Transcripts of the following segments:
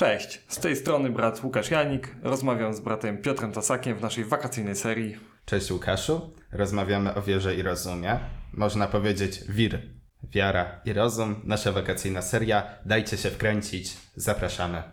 Cześć, z tej strony brat Łukasz Janik. Rozmawiam z bratem Piotrem Tasakiem w naszej wakacyjnej serii. Cześć Łukaszu, rozmawiamy o wierze i rozumie. Można powiedzieć WIR, wiara i rozum, nasza wakacyjna seria. Dajcie się wkręcić, zapraszamy.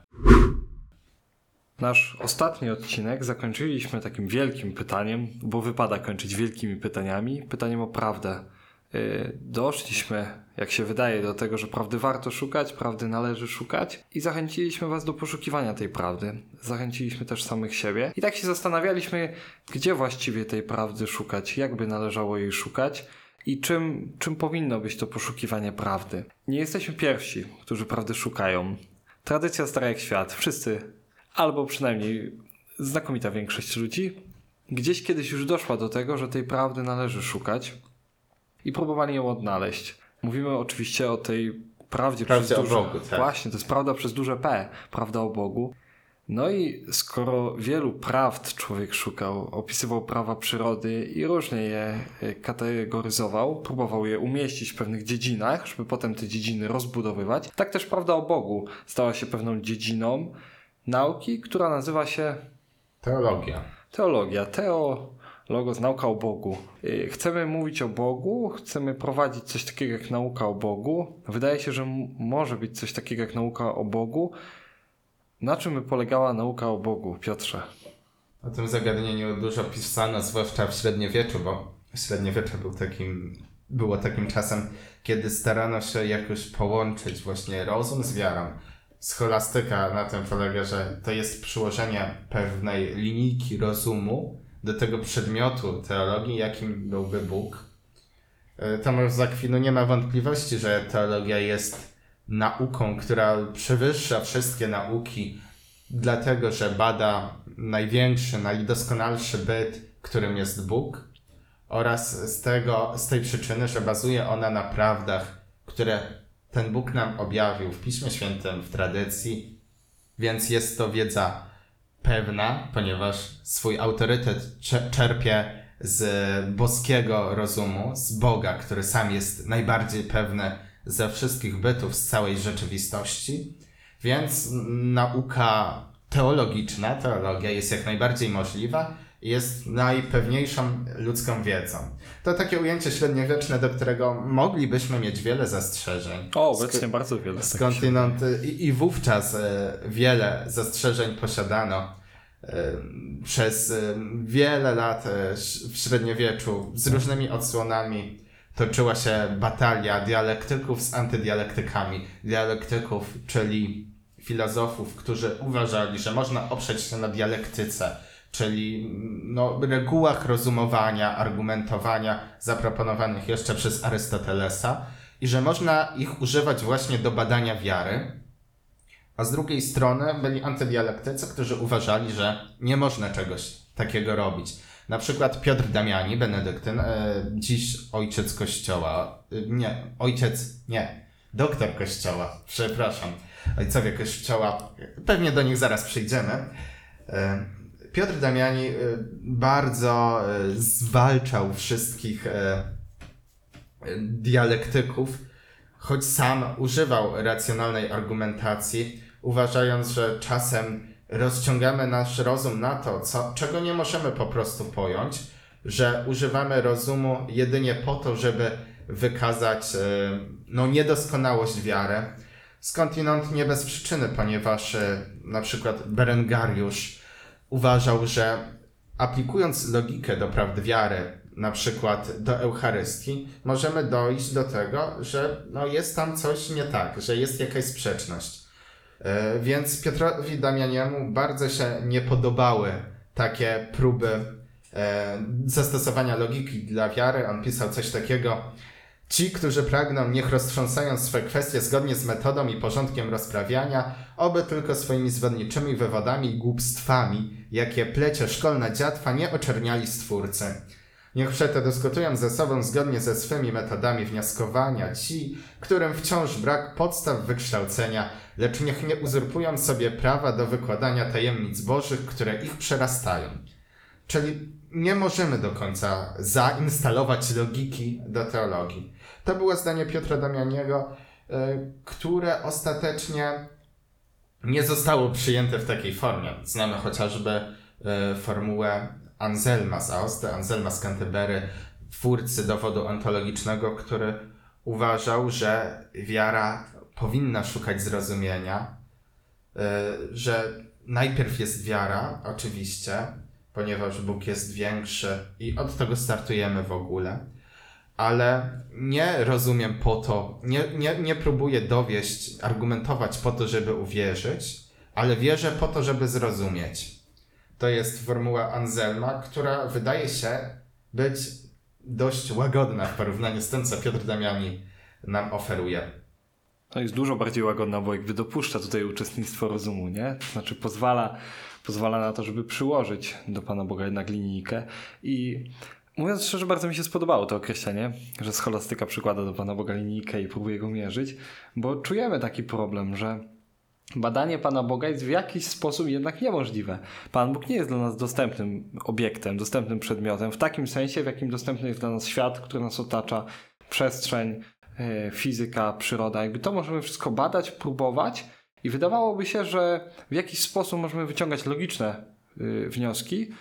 Nasz ostatni odcinek zakończyliśmy takim wielkim pytaniem, bo wypada kończyć wielkimi pytaniami, pytaniem o prawdę. Doszliśmy, jak się wydaje, do tego, że prawdy warto szukać, prawdy należy szukać i zachęciliśmy was do poszukiwania tej prawdy. Zachęciliśmy też samych siebie i tak się zastanawialiśmy, gdzie właściwie tej prawdy szukać, jak by należało jej szukać i czym powinno być to poszukiwanie prawdy. Nie jesteśmy pierwsi, którzy prawdy szukają. Tradycja stara jak świat. Wszyscy, albo przynajmniej znakomita większość ludzi, gdzieś kiedyś już doszła do tego, że tej prawdy należy szukać i próbowali ją odnaleźć. Mówimy oczywiście o tej prawdzie o Bogu, tak. Właśnie, to jest prawda przez duże P, prawda o Bogu. No i skoro wielu prawd człowiek szukał, opisywał prawa przyrody i różnie je kategoryzował, próbował je umieścić w pewnych dziedzinach, żeby potem te dziedziny rozbudowywać, tak też prawda o Bogu stała się pewną dziedziną nauki, która nazywa się Teologia. Logos, nauka o Bogu. Chcemy mówić o Bogu, chcemy prowadzić coś takiego jak nauka o Bogu. Wydaje się, że może być coś takiego jak nauka o Bogu. Na czym by polegała nauka o Bogu, Piotrze? O tym zagadnieniu dużo pisano, zwłaszcza w średniowieczu, bo średniowiecze było takim czasem, kiedy starano się jakoś połączyć właśnie rozum z wiarą. Scholastyka na tym polega, że to jest przyłożenie pewnej linijki rozumu do tego przedmiotu teologii, jakim byłby Bóg. Tomasz z Akwinu nie ma wątpliwości, że teologia jest nauką, która przewyższa wszystkie nauki, dlatego że bada największy, najdoskonalszy byt, którym jest Bóg, oraz z tej przyczyny, że bazuje ona na prawdach, które ten Bóg nam objawił w Piśmie Świętym, w tradycji, więc jest to wiedza pewna, ponieważ swój autorytet czerpie z boskiego rozumu, z Boga, który sam jest najbardziej pewny ze wszystkich bytów, z całej rzeczywistości. Więc nauka teologiczna, teologia jest jak najbardziej możliwa i jest najpewniejszą ludzką wiedzą. To takie ujęcie średniowieczne, do którego moglibyśmy mieć wiele zastrzeżeń. Obecnie bardzo wiele. Skądinąd i wówczas wiele zastrzeżeń posiadano przez wiele lat w średniowieczu z różnymi odsłonami. Toczyła się batalia dialektyków z antydialektykami. Dialektyków, czyli filozofów, którzy uważali, że można oprzeć się na dialektyce, czyli regułach rozumowania, argumentowania zaproponowanych jeszcze przez Arystotelesa i że można ich używać właśnie do badania wiary. A z drugiej strony byli antydialektycy, którzy uważali, że nie można czegoś takiego robić. Na przykład Piotr Damiani, benedyktyn, dziś ojciec Kościoła, doktor Kościoła, przepraszam, ojcowie Kościoła, pewnie do nich zaraz przyjdziemy. Piotr Damiani bardzo zwalczał wszystkich dialektyków, choć sam używał racjonalnej argumentacji, uważając, że czasem rozciągamy nasz rozum na to, czego nie możemy po prostu pojąć, że używamy rozumu jedynie po to, żeby wykazać niedoskonałość wiary. Skądinąd nie bez przyczyny, ponieważ na przykład Berengariusz uważał, że aplikując logikę do prawd wiary, na przykład do Eucharystii, możemy dojść do tego, że jest tam coś nie tak, że jest jakaś sprzeczność. Więc Piotrowi Damianiemu bardzo się nie podobały takie próby zastosowania logiki dla wiary. On pisał coś takiego: ci, którzy pragną, niech roztrząsają swe kwestie zgodnie z metodą i porządkiem rozprawiania, oby tylko swoimi zwodniczymi wywodami i głupstwami, jakie plecie szkolna dziatwa, nie oczerniali Stwórcy. Niech przeto dyskutują ze sobą zgodnie ze swymi metodami wnioskowania ci, którym wciąż brak podstaw wykształcenia, lecz niech nie uzurpują sobie prawa do wykładania tajemnic bożych, które ich przerastają. Czyli nie możemy do końca zainstalować logiki do teologii. To było zdanie Piotra Damianiego, które ostatecznie nie zostało przyjęte w takiej formie. Znamy chociażby formułę Anselma z Aostry, Anselma z Canterbury, twórcy dowodu ontologicznego, który uważał, że wiara powinna szukać zrozumienia, że najpierw jest wiara, oczywiście, ponieważ Bóg jest większy i od tego startujemy w ogóle, ale nie rozumiem po to, nie próbuję dowieść, argumentować po to, żeby uwierzyć, ale wierzę po to, żeby zrozumieć. To jest formuła Anselma, która wydaje się być dość łagodna w porównaniu z tym, co Piotr Damiani nam oferuje. To jest dużo bardziej łagodna, bo jakby dopuszcza tutaj uczestnictwo rozumu, nie? To znaczy pozwala na to, żeby przyłożyć do Pana Boga jednak linijkę. I mówiąc szczerze, bardzo mi się spodobało to określenie, że scholastyka przykłada do Pana Boga linijkę i próbuje go mierzyć, bo czujemy taki problem, że badanie Pana Boga jest w jakiś sposób jednak niemożliwe. Pan Bóg nie jest dla nas dostępnym obiektem, dostępnym przedmiotem, w takim sensie, w jakim dostępny jest dla nas świat, który nas otacza, przestrzeń, fizyka, przyroda. Jakby to możemy wszystko badać, próbować i wydawałoby się, że w jakiś sposób możemy wyciągać logiczne wnioski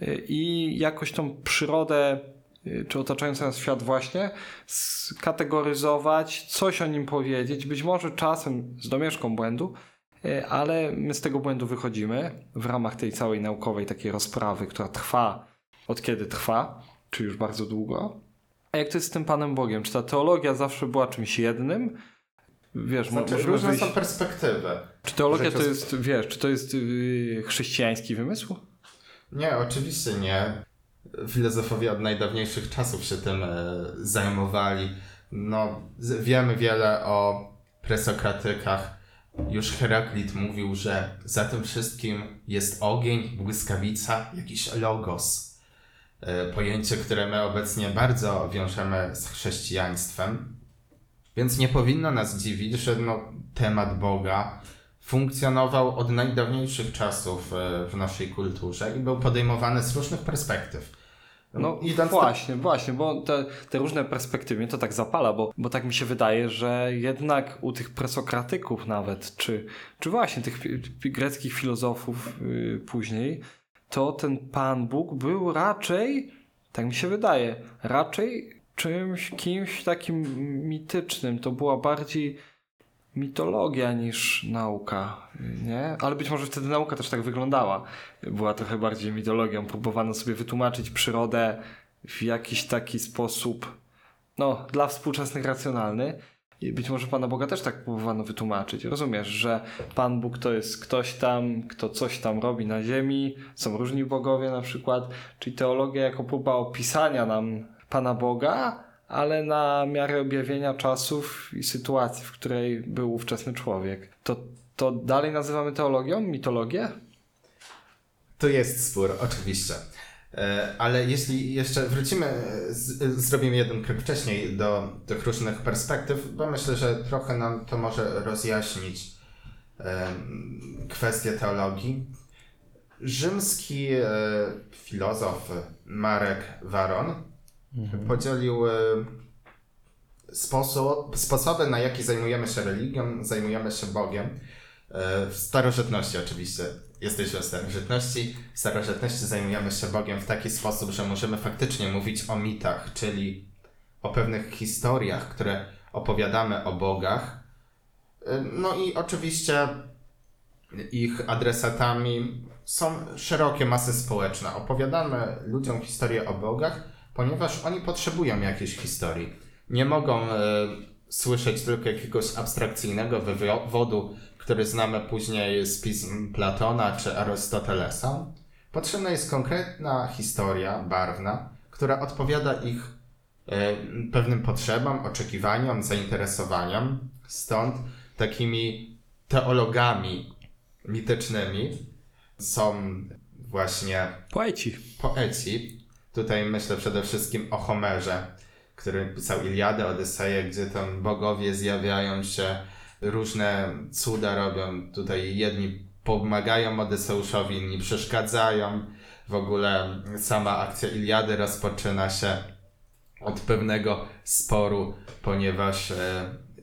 i jakoś tą przyrodę czy otaczający nas świat właśnie skategoryzować, coś o nim powiedzieć, być może czasem z domieszką błędu, ale my z tego błędu wychodzimy w ramach tej całej naukowej takiej rozprawy, która trwa od kiedy trwa, czy już bardzo długo. A jak to jest z tym Panem Bogiem? Czy ta teologia zawsze była czymś jednym? Wiesz, Znaczy, różne są perspektywy. Czy teologia to jest, wiesz, czy to jest chrześcijański wymysł? Nie, oczywiście nie. Filozofowie od najdawniejszych czasów się tym zajmowali. No, wiemy wiele o presokratykach. Już Heraklit mówił, że za tym wszystkim jest ogień, błyskawica, jakiś logos. Pojęcie, które my obecnie bardzo wiążemy z chrześcijaństwem. Więc nie powinno nas dziwić, że temat Boga funkcjonował od najdawniejszych czasów w naszej kulturze i był podejmowany z różnych perspektyw. No właśnie, bo te różne perspektywy mnie to tak zapala, bo tak mi się wydaje, że jednak u tych presokratyków nawet, czy właśnie tych greckich filozofów później, to ten Pan Bóg był raczej, tak mi się wydaje, raczej kimś takim mitycznym. To była bardziej mitologia niż nauka, nie? Ale być może wtedy nauka też tak wyglądała. Była trochę bardziej mitologią. Próbowano sobie wytłumaczyć przyrodę w jakiś taki sposób, dla współczesnych racjonalny. I być może Pana Boga też tak próbowano wytłumaczyć. Rozumiesz, że Pan Bóg to jest ktoś tam, kto coś tam robi na ziemi. Są różni bogowie na przykład. Czyli teologia jako próba opisania nam Pana Boga, ale na miarę objawienia czasów i sytuacji, w której był ówczesny człowiek. To dalej nazywamy teologią? Mitologię? Tu jest spór, oczywiście. Ale jeśli jeszcze wrócimy, zrobimy jeden krok wcześniej do tych różnych perspektyw, bo myślę, że trochę nam to może rozjaśnić kwestię teologii. Rzymski filozof Marek Waron podzielił sposoby, na jakie zajmujemy się religią, zajmujemy się Bogiem. W starożytności oczywiście. Jesteśmy w starożytności. W starożytności zajmujemy się Bogiem w taki sposób, że możemy faktycznie mówić o mitach, czyli o pewnych historiach, które opowiadamy o bogach. No i oczywiście ich adresatami są szerokie masy społeczne. Opowiadamy ludziom historię o bogach, ponieważ oni potrzebują jakiejś historii. Nie mogą słyszeć tylko jakiegoś abstrakcyjnego wywodu, który znamy później z pism Platona czy Arystotelesa. Potrzebna jest konkretna historia, barwna, która odpowiada ich pewnym potrzebom, oczekiwaniom, zainteresowaniom. Stąd takimi teologami mitycznymi są właśnie poeci. Tutaj myślę przede wszystkim o Homerze, który pisał Iliadę, Odyseję, gdzie tam bogowie zjawiają się, różne cuda robią. Tutaj jedni pomagają Odyseuszowi, inni przeszkadzają. W ogóle sama akcja Iliady rozpoczyna się od pewnego sporu, ponieważ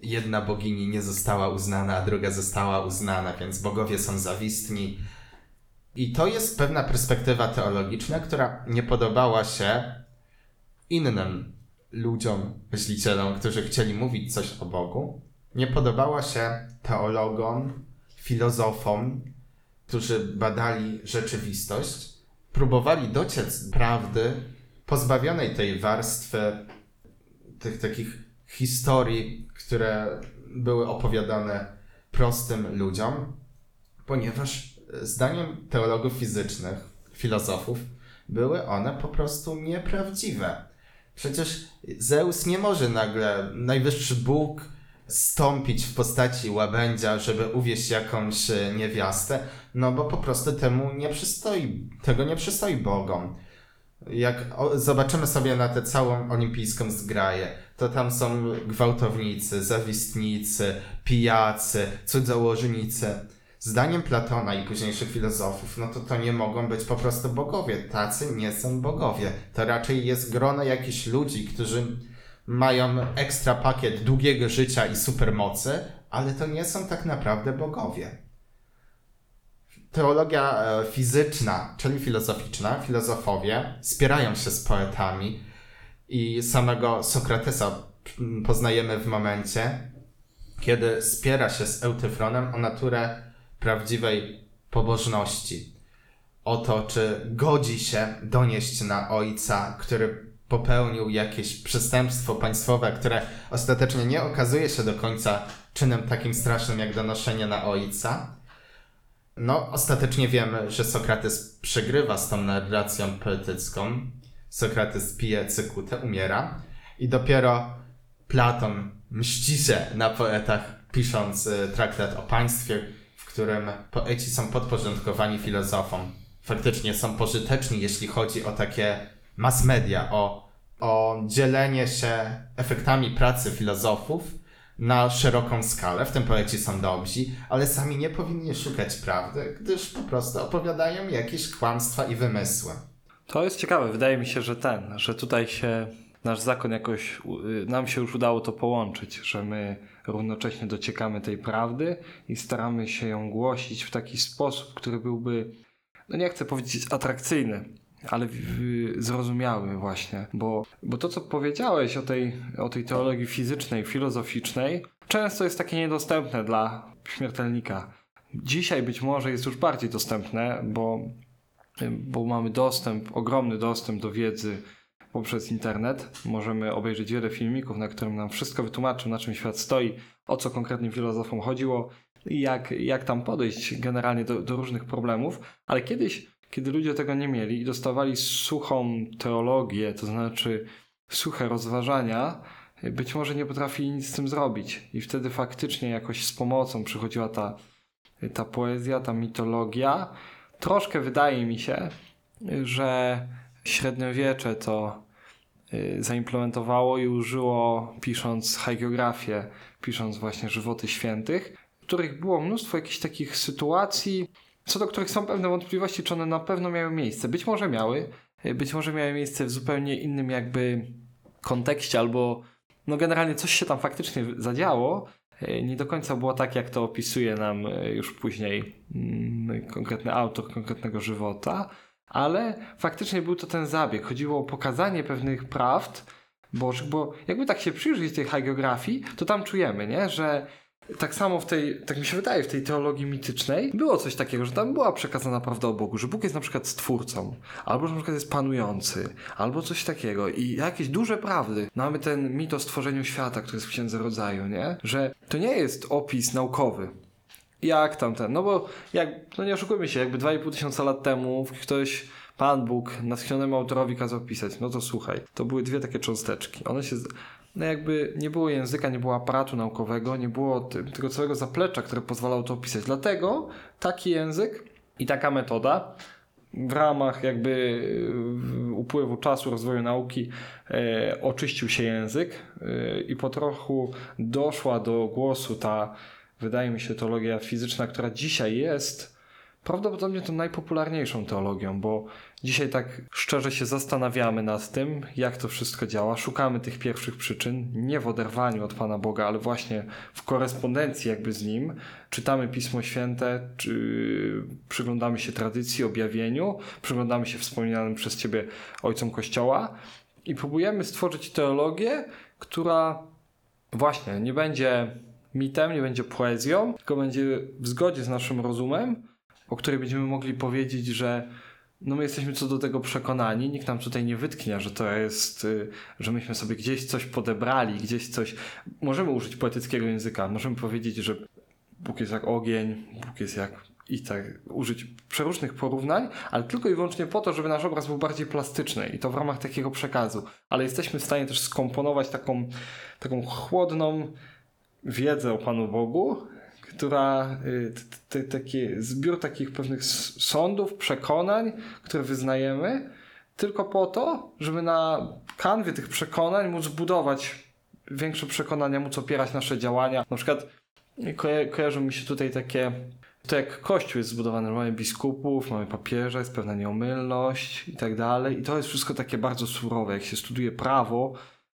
jedna bogini nie została uznana, a druga została uznana, więc bogowie są zawistni. I to jest pewna perspektywa teologiczna, która nie podobała się innym ludziom, myślicielom, którzy chcieli mówić coś o Bogu. Nie podobała się teologom, filozofom, którzy badali rzeczywistość, próbowali dociec prawdy pozbawionej tej warstwy, tych takich historii, które były opowiadane prostym ludziom, ponieważ zdaniem teologów fizycznych, filozofów, były one po prostu nieprawdziwe. Przecież Zeus nie może nagle, najwyższy Bóg, stąpić w postaci łabędzia, żeby uwieść jakąś niewiastę, no bo po prostu tego nie przystoi Bogom. Jak zobaczymy sobie na tę całą olimpijską zgraję, to tam są gwałtownicy, zawistnicy, pijacy, cudzołożnicy. Zdaniem Platona i późniejszych filozofów, no to nie mogą być po prostu bogowie. Tacy nie są bogowie. To raczej jest grono jakichś ludzi, którzy mają ekstra pakiet długiego życia i supermocy, ale to nie są tak naprawdę bogowie. Teologia fizyczna, czyli filozoficzna, filozofowie spierają się z poetami i samego Sokratesa poznajemy w momencie, kiedy spiera się z Eutyfronem o naturę prawdziwej pobożności. O to, czy godzi się donieść na ojca, który popełnił jakieś przestępstwo państwowe, które ostatecznie nie okazuje się do końca czynem takim strasznym jak donoszenie na ojca. No, ostatecznie wiemy, że Sokrates przegrywa z tą narracją poetycką. Sokrates pije cykutę, umiera i dopiero Platon mści się na poetach, pisząc traktat o państwie, w którym poeci są podporządkowani filozofom. Faktycznie są pożyteczni, jeśli chodzi o takie mass media, o dzielenie się efektami pracy filozofów na szeroką skalę. W tym poeci są dobrzy, ale sami nie powinni szukać prawdy, gdyż po prostu opowiadają jakieś kłamstwa i wymysły. To jest ciekawe. Wydaje mi się, że tutaj się nasz zakon jakoś, nam się już udało to połączyć, że my równocześnie dociekamy tej prawdy i staramy się ją głosić w taki sposób, który byłby, no nie chcę powiedzieć atrakcyjny, ale zrozumiały właśnie, bo to, co powiedziałeś o tej teologii fizycznej, filozoficznej, często jest takie niedostępne dla śmiertelnika. Dzisiaj być może jest już bardziej dostępne, bo mamy ogromny dostęp do wiedzy poprzez internet. Możemy obejrzeć wiele filmików, na którym nam wszystko wytłumaczą, na czym świat stoi, o co konkretnym filozofom chodziło i jak tam podejść generalnie do różnych problemów, ale kiedyś, kiedy ludzie tego nie mieli i dostawali suchą teologię, to znaczy suche rozważania, być może nie potrafili nic z tym zrobić. I wtedy faktycznie jakoś z pomocą przychodziła ta poezja, ta mitologia. Troszkę wydaje mi się, że średniowiecze to zaimplementowało i użyło, pisząc hagiografię, pisząc właśnie żywoty świętych, w których było mnóstwo jakichś takich sytuacji, co do których są pewne wątpliwości, czy one na pewno miały miejsce. Być może miały miejsce w zupełnie innym jakby kontekście, albo no generalnie coś się tam faktycznie zadziało. Nie do końca było tak, jak to opisuje nam już później konkretny autor konkretnego żywota, ale faktycznie był to ten zabieg. Chodziło o pokazanie pewnych prawd bożych, bo jakby tak się przyjrzeć tej hagiografii, to tam czujemy, nie? Że tak samo tak mi się wydaje, w tej teologii mitycznej było coś takiego, że tam była przekazana prawda o Bogu, że Bóg jest na przykład stwórcą, albo że na przykład jest panujący, albo coś takiego i jakieś duże prawdy. Mamy ten mit o stworzeniu świata, który jest w Księdze Rodzaju, nie? Że to nie jest opis naukowy. Jak tamten? No bo nie oszukujmy się, jakby 2500 lat temu ktoś, Pan Bóg, natchnionemu autorowi kazał pisać, no to słuchaj, to były dwie takie cząsteczki. One się... No jakby nie było języka, nie było aparatu naukowego, nie było tego całego zaplecza, które pozwalało to opisać. Dlatego taki język i taka metoda w ramach jakby upływu czasu, rozwoju nauki oczyścił się język i po trochu doszła do głosu ta, wydaje mi się, teologia fizyczna, która dzisiaj jest prawdopodobnie tą najpopularniejszą teologią, bo dzisiaj tak szczerze się zastanawiamy nad tym, jak to wszystko działa, szukamy tych pierwszych przyczyn, nie w oderwaniu od Pana Boga, ale właśnie w korespondencji jakby z Nim, czytamy Pismo Święte, przyglądamy się tradycji, objawieniu, przyglądamy się wspomnianym przez Ciebie Ojcom Kościoła i próbujemy stworzyć teologię, która właśnie nie będzie mitem, nie będzie poezją, tylko będzie w zgodzie z naszym rozumem, o której będziemy mogli powiedzieć, że my jesteśmy co do tego przekonani, nikt nam tutaj nie wytknie, że to jest, że myśmy sobie gdzieś coś podebrali, gdzieś coś... Możemy użyć poetyckiego języka, możemy powiedzieć, że Bóg jest jak ogień, Bóg jest jak... i tak użyć przeróżnych porównań, ale tylko i wyłącznie po to, żeby nasz obraz był bardziej plastyczny i to w ramach takiego przekazu. Ale jesteśmy w stanie też skomponować taką chłodną wiedzę o Panu Bogu, która taki zbiór takich pewnych sądów, przekonań, które wyznajemy, tylko po to, żeby na kanwie tych przekonań móc budować większe przekonania, móc opierać nasze działania. Na przykład kojarzą mi się tutaj takie, to jak Kościół jest zbudowany, mamy biskupów, mamy papieża, jest pewna nieomylność i tak dalej. I to jest wszystko takie bardzo surowe. Jak się studuje prawo,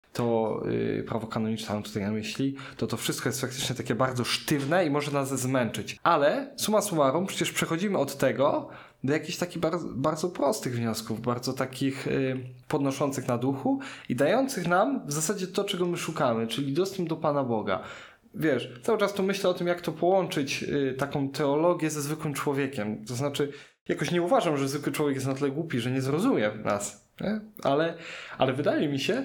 to prawo kanoniczne mam tutaj na myśli, to wszystko jest faktycznie takie bardzo sztywne i może nas zmęczyć. Ale summa summarum przecież przechodzimy od tego do jakichś takich bardzo, bardzo prostych wniosków, bardzo takich podnoszących na duchu i dających nam w zasadzie to, czego my szukamy, czyli dostęp do Pana Boga. Wiesz, cały czas tu myślę o tym, jak to połączyć taką teologię ze zwykłym człowiekiem. To znaczy, jakoś nie uważam, że zwykły człowiek jest na tyle głupi, że nie zrozumie nas. Nie? Ale wydaje mi się,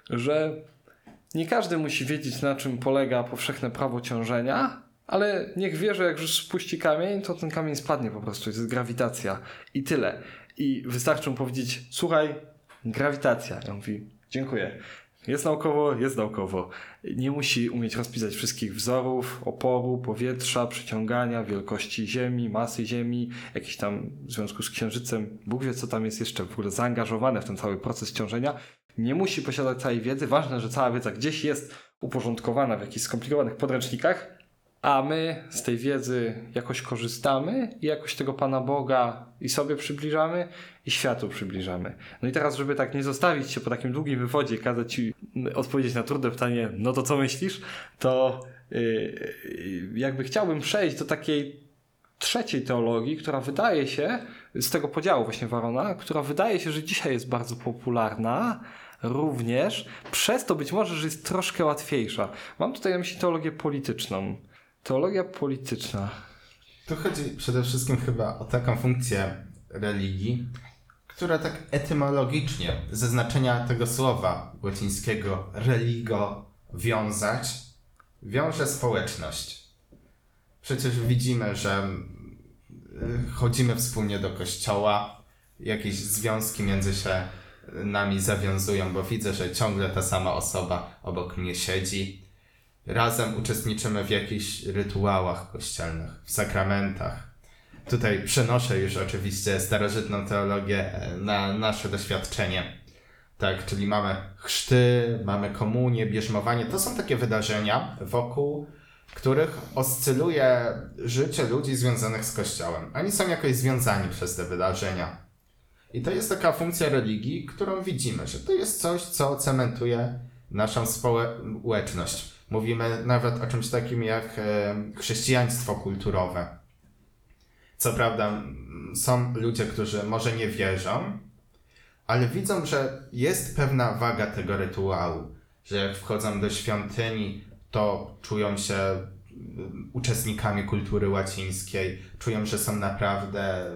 że nie każdy musi wiedzieć, na czym polega powszechne prawo ciążenia, ale niech wie, że jak już spuści kamień, to ten kamień spadnie po prostu. To jest grawitacja. I tyle. I wystarczy mu powiedzieć, słuchaj, grawitacja. Ja mówię, dziękuję. Jest naukowo. Nie musi umieć rozpisać wszystkich wzorów, oporu, powietrza, przyciągania, wielkości Ziemi, masy Ziemi, jakiś tam w związku z Księżycem. Bóg wie, co tam jest jeszcze w ogóle zaangażowane w ten cały proces ciążenia. Nie musi posiadać całej wiedzy. Ważne, że cała wiedza gdzieś jest uporządkowana w jakichś skomplikowanych podręcznikach, a my z tej wiedzy jakoś korzystamy i jakoś tego Pana Boga i sobie przybliżamy i światu przybliżamy. No i teraz, żeby tak nie zostawić się po takim długim wywodzie i kazać Ci odpowiedzieć na trudne pytanie, no to co myślisz, to jakby chciałbym przejść do takiej trzeciej teologii, która wydaje się, z tego podziału właśnie Warona, która wydaje się, że dzisiaj jest bardzo popularna, również przez to być może, że jest troszkę łatwiejsza. Mam tutaj na myśli teologię polityczną. Teologia polityczna. Tu chodzi przede wszystkim chyba o taką funkcję religii, która tak etymologicznie, ze znaczenia tego słowa łacińskiego religo, wiązać, wiąże społeczność. Przecież widzimy, że chodzimy wspólnie do kościoła, jakieś związki między nami zawiązują, bo widzę, że ciągle ta sama osoba obok mnie siedzi. Razem uczestniczymy w jakichś rytuałach kościelnych, w sakramentach. Tutaj przenoszę już oczywiście starożytną teologię na nasze doświadczenie. Tak, czyli mamy chrzty, mamy komunię, bierzmowanie. To są takie wydarzenia, wokół których oscyluje życie ludzi związanych z Kościołem. Oni są jakoś związani przez te wydarzenia. I to jest taka funkcja religii, którą widzimy, że to jest coś, co cementuje naszą społeczność. Mówimy nawet o czymś takim jak chrześcijaństwo kulturowe. Co prawda są ludzie, którzy może nie wierzą, ale widzą, że jest pewna waga tego rytuału, że jak wchodzą do świątyni, to czują się uczestnikami kultury łacińskiej, czują, że są naprawdę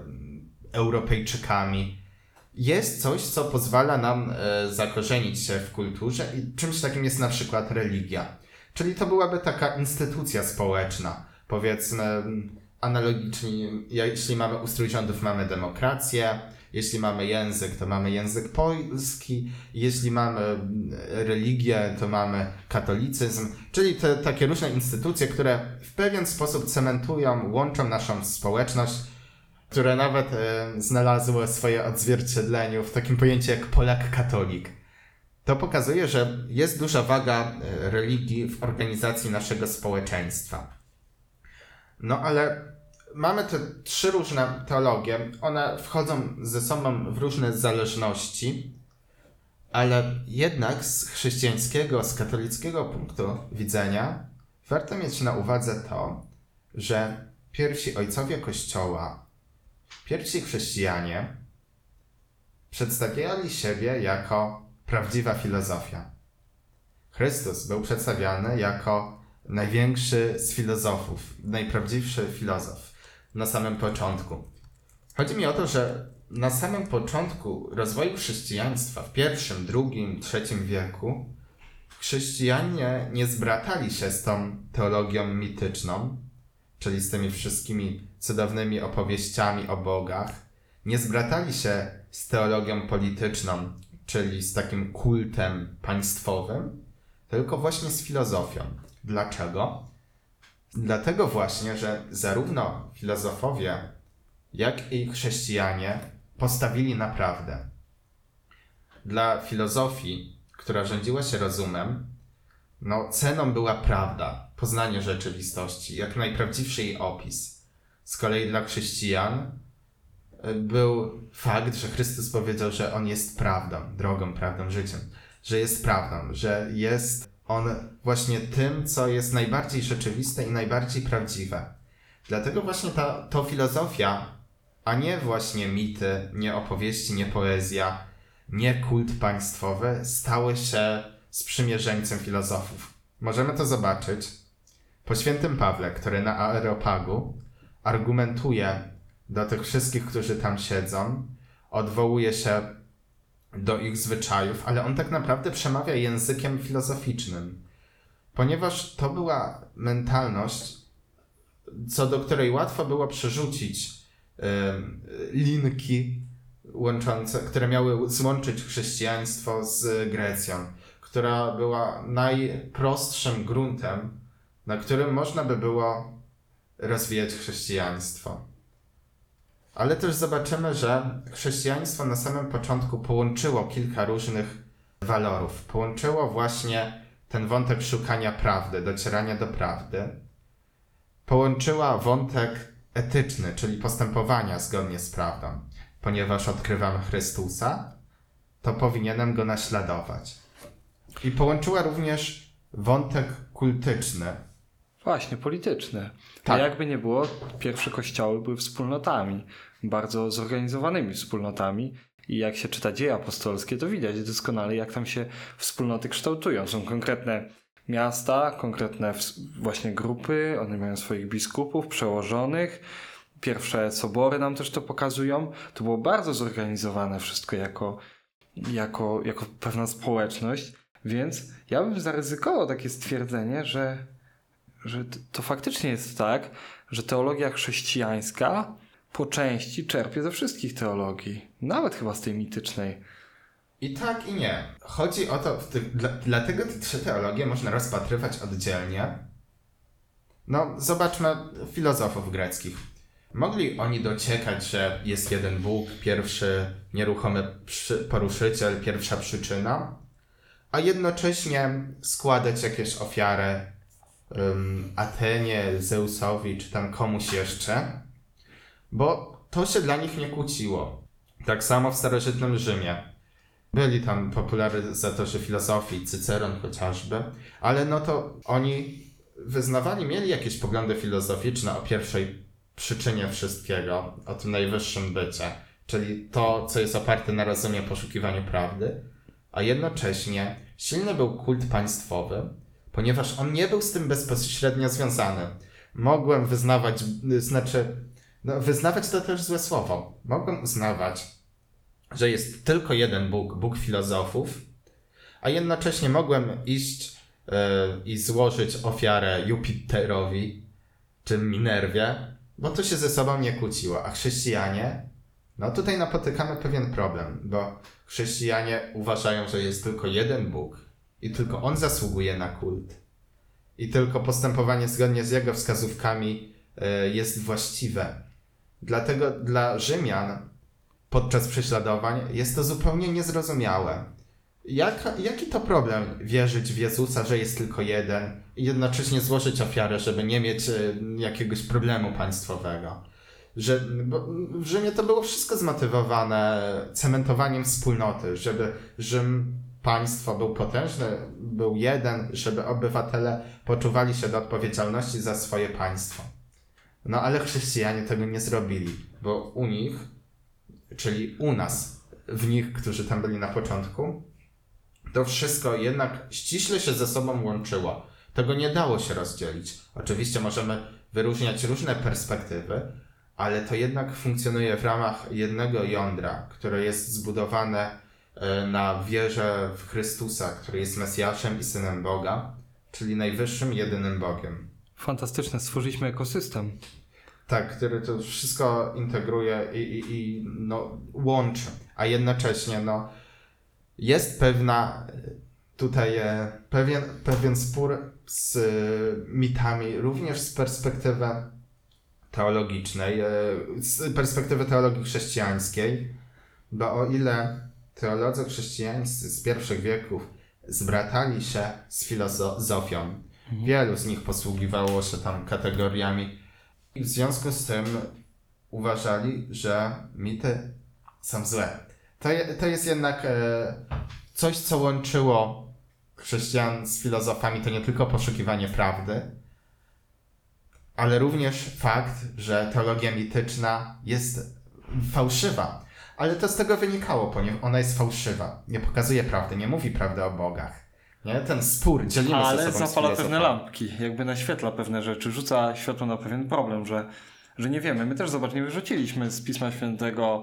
Europejczykami. Jest coś, co pozwala nam zakorzenić się w kulturze i czymś takim jest na przykład religia. Czyli to byłaby taka instytucja społeczna. Powiedzmy analogicznie, jeśli mamy ustrój rządów, mamy demokrację, jeśli mamy język, to mamy język polski, jeśli mamy religię, to mamy katolicyzm, czyli te takie różne instytucje, które w pewien sposób cementują, łączą naszą społeczność, które nawet znalazło swoje odzwierciedlenie w takim pojęciu jak Polak-katolik. To pokazuje, że jest duża waga religii w organizacji naszego społeczeństwa. No ale mamy te 3 różne teologie, one wchodzą ze sobą w różne zależności, ale jednak z chrześcijańskiego, z katolickiego punktu widzenia warto mieć na uwadze to, że pierwsi ojcowie Kościoła, pierwsi chrześcijanie przedstawiali siebie jako prawdziwa filozofia. Chrystus był przedstawiany jako największy z filozofów, najprawdziwszy filozof na samym początku. Chodzi mi o to, że na samym początku rozwoju chrześcijaństwa w I, II, III wieku chrześcijanie nie zbratali się z tą teologią mityczną, czyli z tymi wszystkimi cudownymi opowieściami o bogach, nie zbratali się z teologią polityczną, czyli z takim kultem państwowym, tylko właśnie z filozofią. Dlaczego? Dlatego właśnie, że zarówno filozofowie, jak i chrześcijanie postawili na prawdę. Dla filozofii, która rządziła się rozumem, ceną była prawda, poznanie rzeczywistości, jak najprawdziwszy jej opis. Z kolei dla chrześcijan był fakt, że Chrystus powiedział, że On jest prawdą, drogą, prawdą, życiem, że jest prawdą, że jest On właśnie tym, co jest najbardziej rzeczywiste i najbardziej prawdziwe. Dlatego właśnie to filozofia, a nie właśnie mity, nie opowieści, nie poezja, nie kult państwowy, stały się sprzymierzeńcem filozofów. Możemy to zobaczyć po świętym Pawle, który na Areopagu argumentuje do tych wszystkich, którzy tam siedzą, odwołuje się do ich zwyczajów, ale on tak naprawdę przemawia językiem filozoficznym, ponieważ to była mentalność, co do której łatwo było przerzucić linki łączące, które miały złączyć chrześcijaństwo z Grecją, która była najprostszym gruntem, na którym można by było rozwijać chrześcijaństwo. Ale też zobaczymy, że chrześcijaństwo na samym początku połączyło kilka różnych walorów. Połączyło właśnie ten wątek szukania prawdy, docierania do prawdy. Połączyła wątek etyczny, czyli postępowania zgodnie z prawdą. Ponieważ odkrywam Chrystusa, to powinienem Go naśladować. I połączyła również wątek kultyczny. Właśnie, polityczny. Tak. A jakby nie było, pierwsze kościoły były wspólnotami, bardzo zorganizowanymi wspólnotami i jak się czyta dzieje apostolskie, to widać doskonale, jak tam się wspólnoty kształtują. Są konkretne miasta, konkretne właśnie grupy, one mają swoich biskupów, przełożonych. Pierwsze sobory nam też to pokazują. To było bardzo zorganizowane wszystko jako pewna społeczność, więc ja bym zaryzykował takie stwierdzenie, że to faktycznie jest tak, że teologia chrześcijańska po części czerpie ze wszystkich teologii, nawet chyba z tej mitycznej. I tak, i nie. Chodzi o to, dlatego te 3 teologie można rozpatrywać oddzielnie. Zobaczmy filozofów greckich. Mogli oni dociekać, że jest jeden Bóg, pierwszy nieruchomy poruszyciel, pierwsza przyczyna, a jednocześnie składać jakieś ofiary Atenie, Zeusowi, czy tam komuś jeszcze, bo to się dla nich nie kłóciło. Tak samo w starożytnym Rzymie. Byli tam popularyzatorzy filozofii, Cyceron chociażby, ale to oni mieli jakieś poglądy filozoficzne o pierwszej przyczynie wszystkiego, o tym najwyższym bycie, czyli to, co jest oparte na rozumie, poszukiwaniu prawdy, a jednocześnie silny był kult państwowy, ponieważ on nie był z tym bezpośrednio związany. Mogłem wyznawać, wyznawać to też złe słowo. Mogłem uznawać, że jest tylko jeden Bóg, Bóg filozofów, a jednocześnie mogłem iść i złożyć ofiarę Jupiterowi czy Minerwie, bo to się ze sobą nie kłóciło. A chrześcijanie, tutaj napotykamy pewien problem, bo chrześcijanie uważają, że jest tylko jeden Bóg i tylko On zasługuje na kult. I tylko postępowanie zgodnie z Jego wskazówkami jest właściwe. Dlatego dla Rzymian podczas prześladowań jest to zupełnie niezrozumiałe. Jaki to problem wierzyć w Jezusa, że jest tylko jeden i jednocześnie złożyć ofiarę, żeby nie mieć jakiegoś problemu państwowego? Bo w Rzymie to było wszystko zmotywowane cementowaniem wspólnoty, żeby Rzym, państwo był potężny, był jeden, żeby obywatele poczuwali się do odpowiedzialności za swoje państwo. No ale chrześcijanie tego nie zrobili, bo u nich, czyli u nas, w nich, którzy tam byli na początku, to wszystko jednak ściśle się ze sobą łączyło. Tego nie dało się rozdzielić. Oczywiście możemy wyróżniać różne perspektywy, ale to jednak funkcjonuje w ramach jednego jądra, które jest zbudowane na wierze w Chrystusa, który jest Mesjaszem i Synem Boga, czyli najwyższym, jedynym Bogiem. Fantastyczne, stworzyliśmy ekosystem. Tak, który to wszystko integruje i łączy, a jednocześnie jest pewien spór z mitami, również z perspektywy teologicznej, z perspektywy teologii chrześcijańskiej, bo o ile teolodzy chrześcijańscy z pierwszych wieków zbratali się z filozofią, wielu z nich posługiwało się tam kategoriami i w związku z tym uważali, że mity są złe. To jest jednak coś, co łączyło chrześcijan z filozofami, to nie tylko poszukiwanie prawdy, ale również fakt, że teologia mityczna jest fałszywa. Ale to z tego wynikało, ponieważ ona jest fałszywa. Nie pokazuje prawdy, nie mówi prawdy o bogach. Nie? Ten spór dzielimy się Ale sobą zapala z pewne lampki, jakby naświetla pewne rzeczy, rzuca światło na pewien problem, że nie wiemy. My też, zobacz, nie wyrzuciliśmy z Pisma Świętego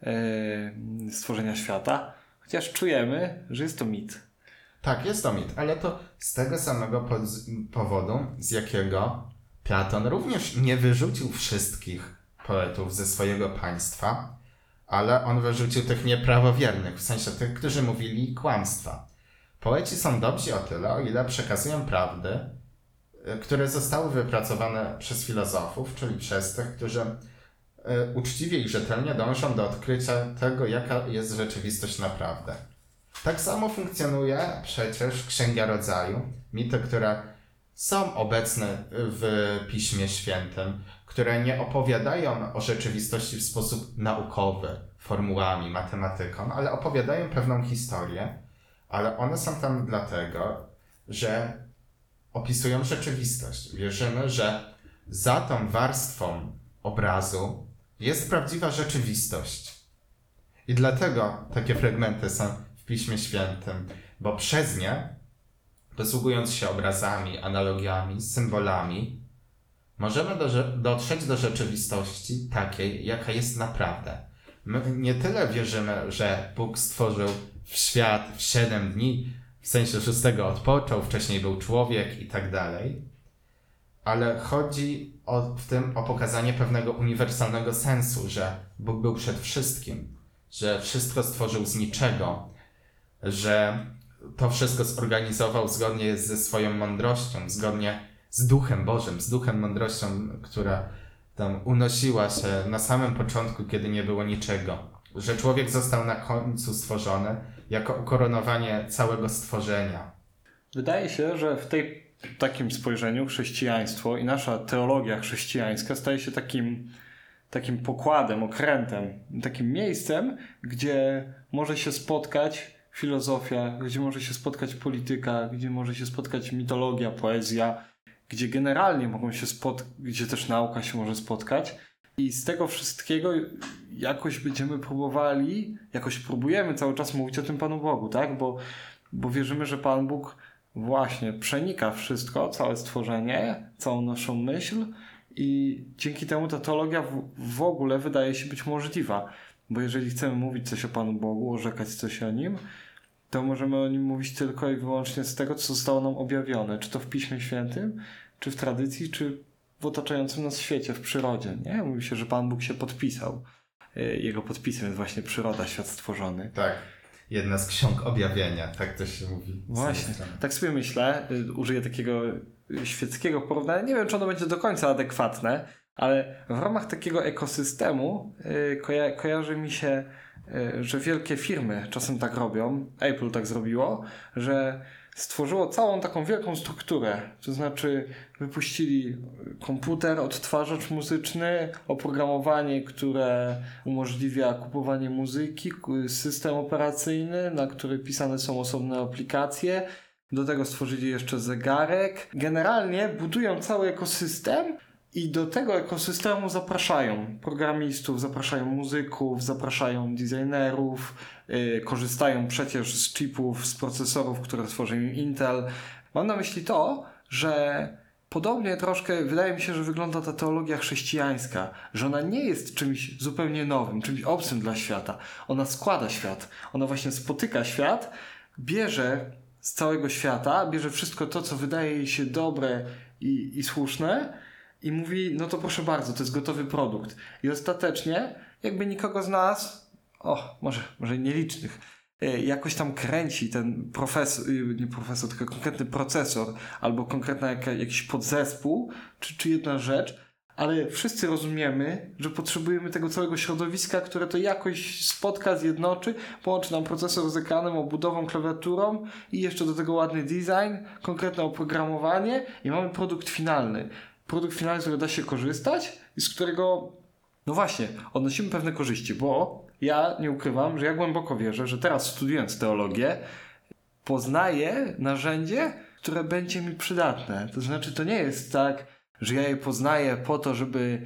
stworzenia świata, chociaż czujemy, że jest to mit. Tak, jest to mit, ale to z tego samego powodu, z jakiego Platon również nie wyrzucił wszystkich poetów ze swojego państwa, ale on wyrzucił tych nieprawowiernych, w sensie tych, którzy mówili kłamstwa. Poeci są dobrzy o tyle, o ile przekazują prawdy, które zostały wypracowane przez filozofów, czyli przez tych, którzy uczciwie i rzetelnie dążą do odkrycia tego, jaka jest rzeczywistość naprawdę. Tak samo funkcjonuje przecież Księga Rodzaju, mity, które są obecne w Piśmie Świętym, które nie opowiadają o rzeczywistości w sposób naukowy, formułami, matematyką, ale opowiadają pewną historię, ale one są tam dlatego, że opisują rzeczywistość. Wierzymy, że za tą warstwą obrazu jest prawdziwa rzeczywistość. I dlatego takie fragmenty są w Piśmie Świętym, bo przez nie, posługując się obrazami, analogiami, symbolami, możemy dotrzeć do rzeczywistości takiej, jaka jest naprawdę. My nie tyle wierzymy, że Bóg stworzył świat w 7 dni, w sensie 6 odpoczął, wcześniej był człowiek i tak dalej, ale chodzi w tym o pokazanie pewnego uniwersalnego sensu, że Bóg był przed wszystkim, że wszystko stworzył z niczego, że to wszystko zorganizował zgodnie ze swoją mądrością, zgodnie z Duchem Bożym, z Duchem mądrością, która tam unosiła się na samym początku, kiedy nie było niczego. Że człowiek został na końcu stworzony jako ukoronowanie całego stworzenia. Wydaje się, że w takim spojrzeniu chrześcijaństwo i nasza teologia chrześcijańska staje się takim pokładem, okrętem, takim miejscem, gdzie może się spotkać filozofia, gdzie może się spotkać polityka, gdzie może się spotkać mitologia, poezja, gdzie generalnie mogą się gdzie też nauka się może spotkać. I z tego wszystkiego jakoś będziemy próbowali, jakoś próbujemy cały czas mówić o tym Panu Bogu, tak? Bo wierzymy, że Pan Bóg właśnie przenika wszystko, całe stworzenie, całą naszą myśl i dzięki temu ta teologia w ogóle wydaje się być możliwa. Bo jeżeli chcemy mówić coś o Panu Bogu, orzekać coś o Nim, to możemy o Nim mówić tylko i wyłącznie z tego, co zostało nam objawione. Czy to w Piśmie Świętym, czy w tradycji, czy w otaczającym nas świecie, w przyrodzie. Nie? Mówi się, że Pan Bóg się podpisał. Jego podpisem jest właśnie przyroda, świat stworzony. Tak. Jedna z ksiąg objawienia, tak to się mówi. Właśnie. Tak sobie myślę, użyję takiego świeckiego porównania. Nie wiem, czy ono będzie do końca adekwatne, ale w ramach takiego ekosystemu kojarzy mi się że wielkie firmy czasem tak robią, Apple tak zrobiło, że stworzyło całą taką wielką strukturę, to znaczy wypuścili komputer, odtwarzacz muzyczny, oprogramowanie, które umożliwia kupowanie muzyki, system operacyjny, na który pisane są osobne aplikacje, do tego stworzyli jeszcze zegarek. Generalnie budują cały ekosystem i do tego ekosystemu zapraszają programistów, zapraszają muzyków, zapraszają designerów, korzystają przecież z chipów, z procesorów, które tworzy im Intel. Mam na myśli to, że podobnie troszkę wydaje mi się, że wygląda ta teologia chrześcijańska, że ona nie jest czymś zupełnie nowym, czymś obcym dla świata. Ona składa świat, ona właśnie spotyka świat, bierze z całego świata, bierze wszystko to, co wydaje jej się dobre i słuszne i mówi, no to proszę bardzo, to jest gotowy produkt. I ostatecznie, jakby nikogo z nas, może nielicznych, jakoś tam kręci ten nie profesor, tylko konkretny procesor, albo konkretny jakiś podzespół, czy jedna rzecz, ale wszyscy rozumiemy, że potrzebujemy tego całego środowiska, które to jakoś spotka, zjednoczy, połączy nam procesor z ekranem, obudową, klawiaturą i jeszcze do tego ładny design, konkretne oprogramowanie i mamy produkt finalny. Produkt finalny, z którego da się korzystać i z którego, no właśnie, odnosimy pewne korzyści, bo ja nie ukrywam, że ja głęboko wierzę, że teraz studiując teologię, poznaję narzędzie, które będzie mi przydatne. To znaczy, to nie jest tak, że ja je poznaję po to, żeby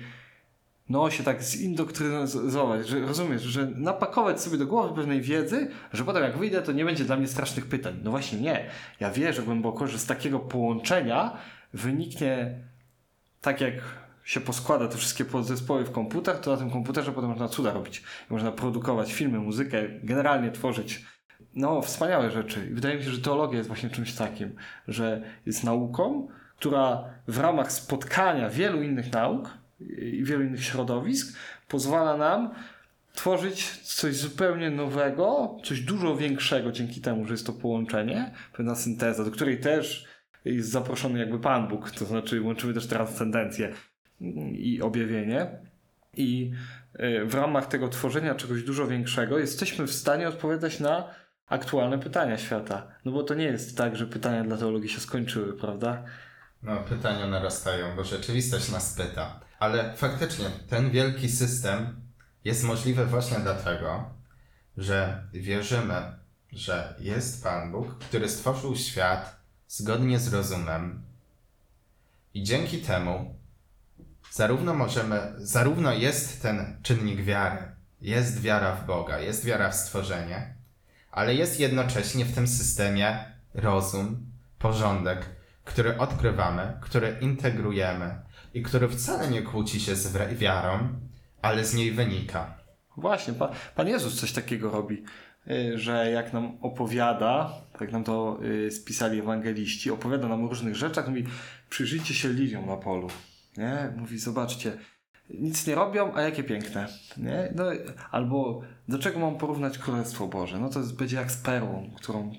się tak zindoktrynować, że rozumiesz, że napakować sobie do głowy pewnej wiedzy, że potem jak wyjdę, to nie będzie dla mnie strasznych pytań. No właśnie nie. Ja wierzę głęboko, że z takiego połączenia wyniknie, tak jak się poskłada te wszystkie podzespoły w komputer, to na tym komputerze potem można cuda robić. Można produkować filmy, muzykę, generalnie tworzyć wspaniałe rzeczy. I wydaje mi się, że teologia jest właśnie czymś takim, że jest nauką, która w ramach spotkania wielu innych nauk i wielu innych środowisk pozwala nam tworzyć coś zupełnie nowego, coś dużo większego dzięki temu, że jest to połączenie, pewna synteza, do której też jest zaproszony jakby Pan Bóg, to znaczy łączymy też transcendencję i objawienie. I w ramach tego tworzenia czegoś dużo większego jesteśmy w stanie odpowiadać na aktualne pytania świata. No bo to nie jest tak, że pytania dla teologii się skończyły, prawda? No, pytania narastają, bo rzeczywistość nas pyta. Ale faktycznie ten wielki system jest możliwy właśnie dlatego, że wierzymy, że jest Pan Bóg, który stworzył świat zgodnie z rozumem i dzięki temu zarówno jest ten czynnik wiary, jest wiara w Boga, jest wiara w stworzenie, ale jest jednocześnie w tym systemie rozum, porządek, który odkrywamy, który integrujemy i który wcale nie kłóci się z wiarą, ale z niej wynika. Właśnie, Pan Jezus coś takiego robi, że jak nam opowiada, tak nam to spisali ewangeliści, opowiada nam o różnych rzeczach, mówi, przyjrzyjcie się liliom na polu, nie? Mówi, zobaczcie, nic nie robią, a jakie piękne, nie? No, albo do czego mam porównać Królestwo Boże? No to będzie jak z perłą, którą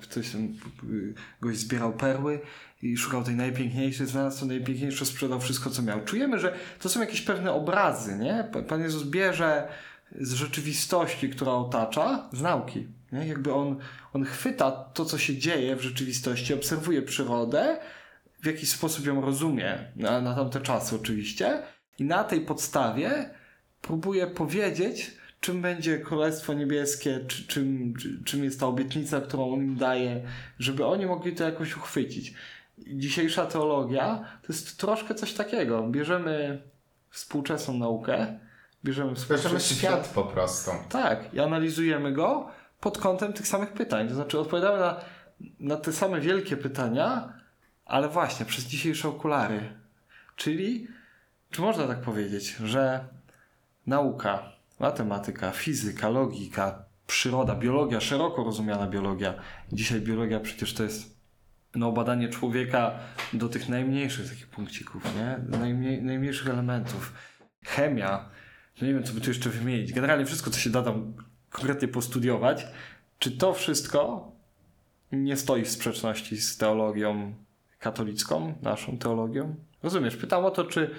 goś zbierał perły i szukał tej najpiękniejszej, znalazł to najpiękniejsze, sprzedał wszystko, co miał. Czujemy, że to są jakieś pewne obrazy, nie? Pan Jezus bierze z rzeczywistości, która otacza, z nauki, nie? Jakby on chwyta to, co się dzieje w rzeczywistości, obserwuje przyrodę, w jakiś sposób ją rozumie, na tamte czasy oczywiście, i na tej podstawie próbuje powiedzieć, czym będzie Królestwo Niebieskie, czym jest ta obietnica, którą on im daje, żeby oni mogli to jakoś uchwycić. Dzisiejsza teologia to jest troszkę coś takiego. Bierzemy współczesną naukę, bierzemy świat po prostu. Tak, i analizujemy go pod kątem tych samych pytań. To znaczy odpowiadamy na te same wielkie pytania, ale właśnie przez dzisiejsze okulary. Czyli, czy można tak powiedzieć, że nauka, matematyka, fizyka, logika, przyroda, biologia, szeroko rozumiana biologia. Dzisiaj biologia przecież to jest badanie człowieka do tych najmniejszych takich punkcików, nie? Najmniejszych elementów. Chemia, nie wiem, co by tu jeszcze wymienić. Generalnie wszystko, co się da tam konkretnie postudiować. Czy to wszystko nie stoi w sprzeczności z teologią katolicką, naszą teologią? Rozumiesz? Pytam o to, czy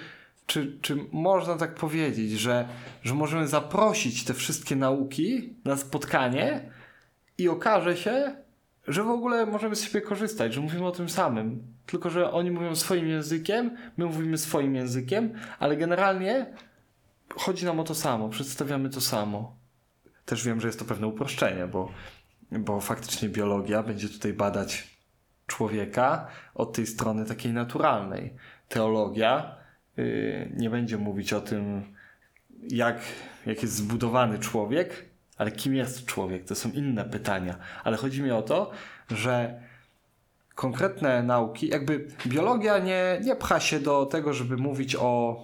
czy można tak powiedzieć, że możemy zaprosić te wszystkie nauki na spotkanie i okaże się, że w ogóle możemy z siebie korzystać, że mówimy o tym samym. Tylko że oni mówią swoim językiem, my mówimy swoim językiem, ale generalnie chodzi nam o to samo, przedstawiamy to samo. Też wiem, że jest to pewne uproszczenie, bo faktycznie biologia będzie tutaj badać człowieka od tej strony takiej naturalnej. Teologia nie będzie mówić o tym, jak jest zbudowany człowiek, ale kim jest człowiek. To są inne pytania. Ale chodzi mi o to, że konkretne nauki, jakby biologia nie pcha się do tego, żeby mówić o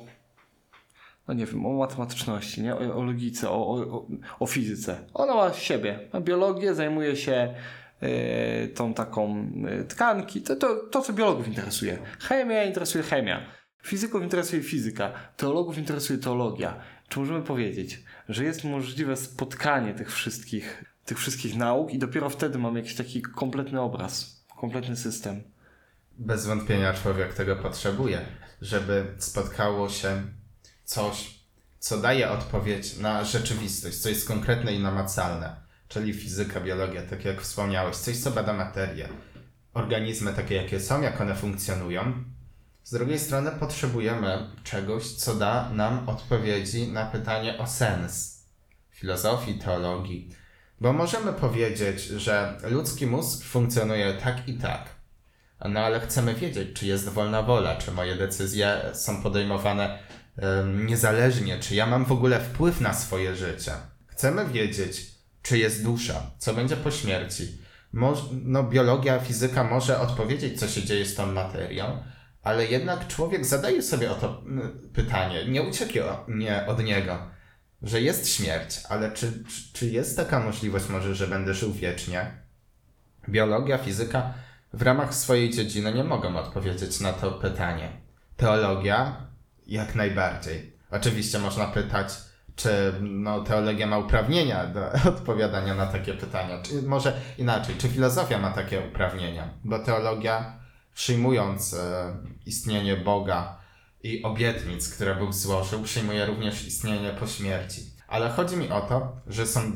o matematyczności, nie? O logice, o fizyce. Ona ma siebie. Ma biologię, zajmuje się tą taką tkanki. To, co biologów interesuje. Chemia interesuje chemia. Fizyków interesuje fizyka. Teologów interesuje teologia. Czy możemy powiedzieć, że jest możliwe spotkanie tych wszystkich nauk i dopiero wtedy mamy jakiś taki kompletny obraz, kompletny system? Bez wątpienia człowiek tego potrzebuje, żeby spotkało się coś, co daje odpowiedź na rzeczywistość, co jest konkretne i namacalne, czyli fizyka, biologia, tak jak wspomniałeś, coś, co bada materię, organizmy takie, jakie są, jak one funkcjonują. Z drugiej strony potrzebujemy czegoś, co da nam odpowiedzi na pytanie o sens filozofii, teologii, bo możemy powiedzieć, że ludzki mózg funkcjonuje tak i tak, no ale chcemy wiedzieć, czy jest wolna wola, czy moje decyzje są podejmowane niezależnie, czy ja mam w ogóle wpływ na swoje życie. Chcemy wiedzieć, czy jest dusza, co będzie po śmierci. Biologia, fizyka może odpowiedzieć, co się dzieje z tą materią, ale jednak człowiek zadaje sobie o to pytanie, nie ucieknie od niego, że jest śmierć, ale czy jest taka możliwość może, że będę żył wiecznie? Biologia, fizyka w ramach swojej dziedziny nie mogą odpowiedzieć na to pytanie. Teologia jak najbardziej. Oczywiście można pytać, czy teologia ma uprawnienia do odpowiadania na takie pytania. Czy może inaczej, czy filozofia ma takie uprawnienia? Bo teologia, przyjmując istnienie Boga i obietnic, które Bóg złożył, przyjmuje również istnienie po śmierci. Ale chodzi mi o to, że są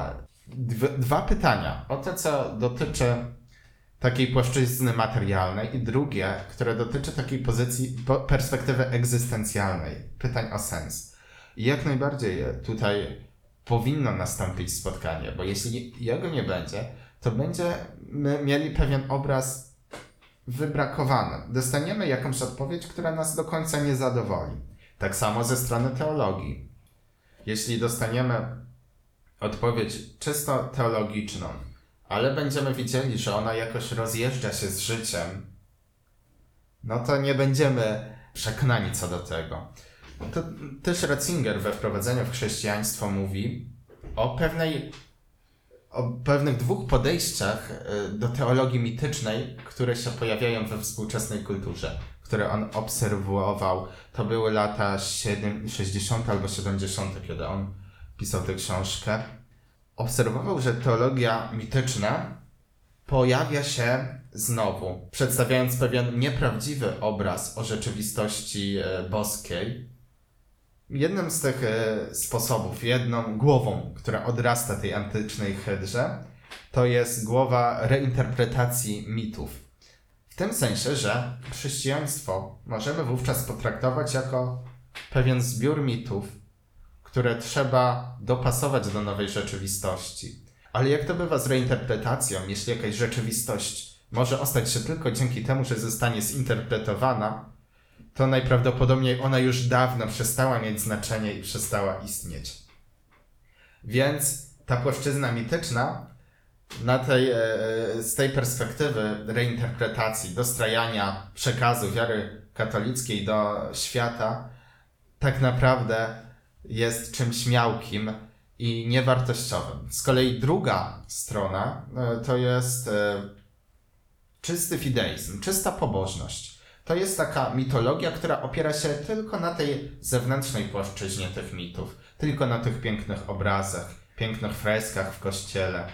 dwa pytania. O to, co dotyczy takiej płaszczyzny materialnej i drugie, które dotyczy takiej perspektywy egzystencjalnej, pytań o sens. I jak najbardziej tutaj powinno nastąpić spotkanie, bo jeśli jego nie będzie, to będziemy mieli pewien obraz wybrakowany. Dostaniemy jakąś odpowiedź, która nas do końca nie zadowoli. Tak samo ze strony teologii. Jeśli dostaniemy odpowiedź czysto teologiczną, ale będziemy widzieli, że ona jakoś rozjeżdża się z życiem, no to nie będziemy przekonani co do tego. To też Ratzinger we wprowadzeniu w chrześcijaństwo mówi o pewnych dwóch podejściach do teologii mitycznej, które się pojawiają we współczesnej kulturze, które on obserwował. To były lata 60. albo 70., kiedy on pisał tę książkę. Obserwował, że teologia mityczna pojawia się znowu, przedstawiając pewien nieprawdziwy obraz o rzeczywistości boskiej. Jednym z tych sposobów, jedną głową, która odrasta tej antycznej hydrze, to jest głowa reinterpretacji mitów. W tym sensie, że chrześcijaństwo możemy wówczas potraktować jako pewien zbiór mitów, które trzeba dopasować do nowej rzeczywistości. Ale jak to bywa z reinterpretacją, jeśli jakaś rzeczywistość może ostać się tylko dzięki temu, że zostanie zinterpretowana, to najprawdopodobniej ona już dawno przestała mieć znaczenie i przestała istnieć. Więc ta płaszczyzna mityczna z tej perspektywy reinterpretacji, dostrajania przekazu wiary katolickiej do świata, tak naprawdę jest czymś miałkim i niewartościowym. Z kolei druga strona to jest czysty fideizm, czysta pobożność. To jest taka mitologia, która opiera się tylko na tej zewnętrznej płaszczyźnie tych mitów, tylko na tych pięknych obrazach, pięknych freskach w kościele,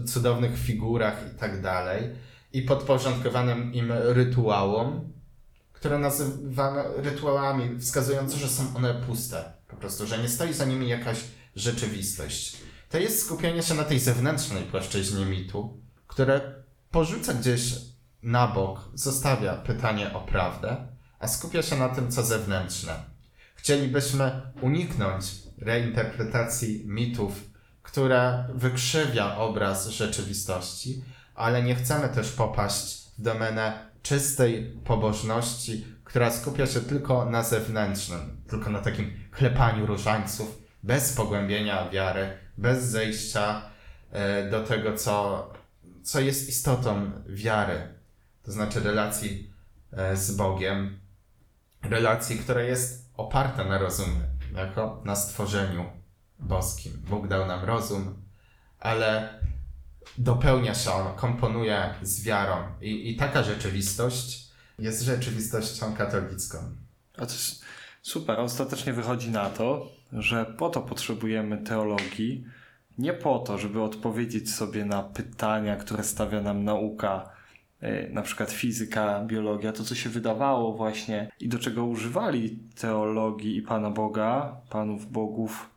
cudownych figurach i tak dalej, i podporządkowanym im rytuałom, które nazywamy rytuałami, wskazujące, że są one puste. Po prostu, że nie stoi za nimi jakaś rzeczywistość. To jest skupienie się na tej zewnętrznej płaszczyźnie mitu, które porzuca gdzieś na bok, zostawia pytanie o prawdę, a skupia się na tym, co zewnętrzne. Chcielibyśmy uniknąć reinterpretacji mitów, które wykrzywia obraz rzeczywistości, ale nie chcemy też popaść w domenę czystej pobożności, która skupia się tylko na zewnętrznym, tylko na takim klepaniu różańców, bez pogłębienia wiary, bez zejścia do tego, co jest istotą wiary, to znaczy relacji z Bogiem, relacji, która jest oparta na rozumie, jako na stworzeniu boskim. Bóg dał nam rozum, ale dopełnia się on, komponuje z wiarą i taka rzeczywistość jest rzeczywistością katolicką. A to jest super. Ostatecznie wychodzi na to, że po to potrzebujemy teologii, nie po to, żeby odpowiedzieć sobie na pytania, które stawia nam nauka, na przykład fizyka, biologia, to co się wydawało właśnie i do czego używali teologii i Pana Boga, Panów Bogów,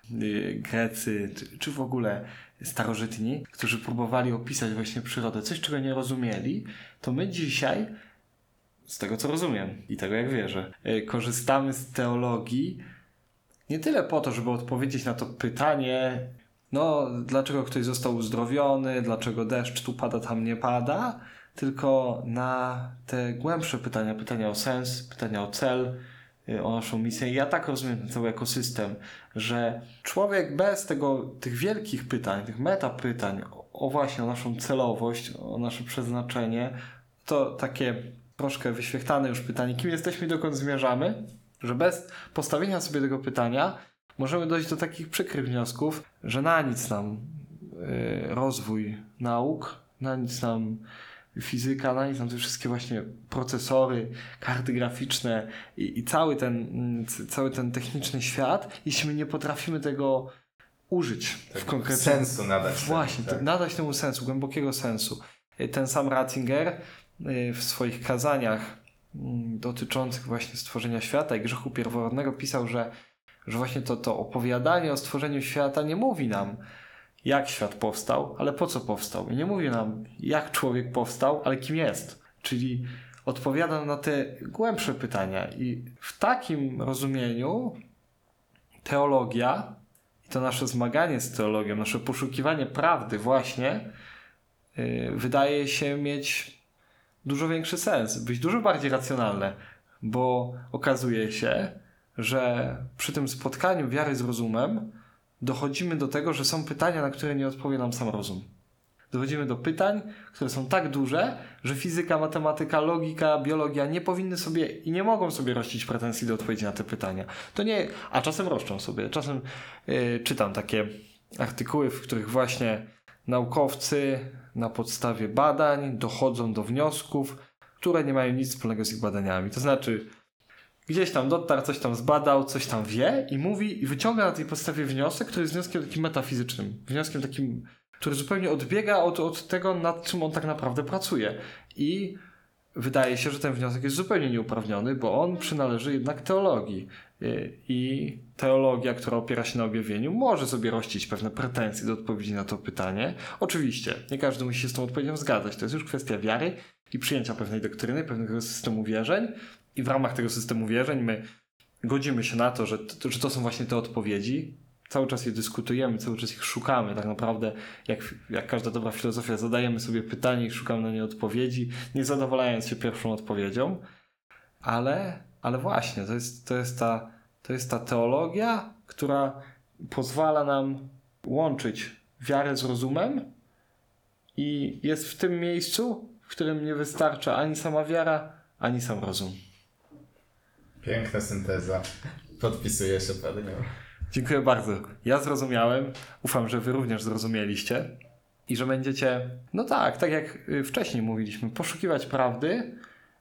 Grecy, czy w ogóle starożytni, którzy próbowali opisać właśnie przyrodę, coś czego nie rozumieli, to my dzisiaj, z tego co rozumiem i tego jak wierzę, korzystamy z teologii nie tyle po to, żeby odpowiedzieć na to pytanie, no dlaczego ktoś został uzdrowiony, dlaczego deszcz tu pada, tam nie pada, tylko na te głębsze pytania, pytania o sens, pytania o cel, o naszą misję. I ja tak rozumiem ten cały ekosystem, że człowiek bez tych wielkich pytań, tych metapytań o właśnie o naszą celowość, o nasze przeznaczenie, to takie troszkę wyświechtane już pytanie, kim jesteśmy i dokąd zmierzamy, że bez postawienia sobie tego pytania możemy dojść do takich przykrych wniosków, że na nic nam rozwój nauk, na nic nam fizyka, na nic nam te wszystkie właśnie procesory, karty graficzne i cały ten techniczny świat, jeśli my nie potrafimy tego użyć w konkretnym sensu nadać. Właśnie, tak. nadać temu sensu, głębokiego sensu. Ten sam Ratzinger w swoich kazaniach dotyczących właśnie stworzenia świata i grzechu pierworodnego pisał, że właśnie to opowiadanie o stworzeniu świata nie mówi nam, jak świat powstał, ale po co powstał. I nie mówi nam, jak człowiek powstał, ale kim jest. Czyli odpowiada na te głębsze pytania. I w takim rozumieniu teologia i to nasze zmaganie z teologią, nasze poszukiwanie prawdy właśnie wydaje się mieć dużo większy sens, być dużo bardziej racjonalne, bo okazuje się, że przy tym spotkaniu wiary z rozumem dochodzimy do tego, że są pytania, na które nie odpowie nam sam rozum. Dochodzimy do pytań, które są tak duże, że fizyka, matematyka, logika, biologia nie powinny sobie i nie mogą sobie rościć pretensji do odpowiedzi na te pytania. To nie, a czasem roszczą sobie. Czasem czytam takie artykuły, w których właśnie naukowcy na podstawie badań dochodzą do wniosków, które nie mają nic wspólnego z ich badaniami. To znaczy gdzieś tam dotarł, coś tam zbadał, coś tam wie i mówi i wyciąga na tej podstawie wniosek, który jest wnioskiem takim metafizycznym. Wnioskiem takim, który zupełnie odbiega od tego, nad czym on tak naprawdę pracuje. I wydaje się, że ten wniosek jest zupełnie nieuprawniony, bo on przynależy jednak teologii. I teologia, która opiera się na objawieniu, może sobie rościć pewne pretensje do odpowiedzi na to pytanie. Oczywiście, nie każdy musi się z tą odpowiedzią zgadzać. To jest już kwestia wiary i przyjęcia pewnej doktryny, pewnego systemu wierzeń. I w ramach tego systemu wierzeń my godzimy się na to, że to są właśnie te odpowiedzi. Cały czas je dyskutujemy, cały czas ich szukamy. Tak naprawdę, jak każda dobra filozofia, zadajemy sobie pytanie i szukamy na nie odpowiedzi, nie zadowalając się pierwszą odpowiedzią. Ale właśnie, to jest ta teologia, która pozwala nam łączyć wiarę z rozumem i jest w tym miejscu, w którym nie wystarcza ani sama wiara, ani sam rozum. Piękna synteza. Podpisuję się pod nią. Dziękuję bardzo. Ja zrozumiałem. Ufam, że wy również zrozumieliście i że będziecie, no tak jak wcześniej mówiliśmy, poszukiwać prawdy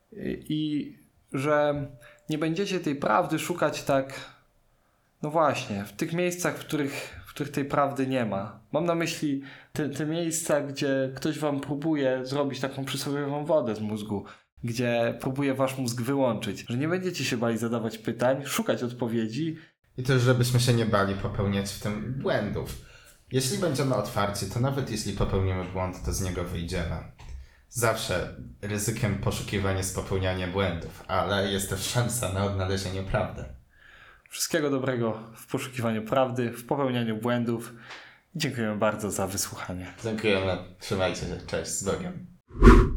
i że nie będziecie tej prawdy szukać tak, no właśnie, w tych miejscach, w których tej prawdy nie ma. Mam na myśli te miejsca, gdzie ktoś wam próbuje zrobić taką przysłowiową wodę z mózgu. gdzie próbuję wasz mózg wyłączyć, że nie będziecie się bali zadawać pytań, szukać odpowiedzi. I też, żebyśmy się nie bali popełniać w tym błędów. Jeśli będziemy otwarci, to nawet jeśli popełnimy błąd, to z niego wyjdziemy. Zawsze ryzykiem poszukiwania jest popełnianie błędów, ale jest też szansa na odnalezienie prawdy. Wszystkiego dobrego w poszukiwaniu prawdy, w popełnianiu błędów. Dziękujemy bardzo za wysłuchanie. Dziękujemy, trzymajcie się, cześć, z Bogiem.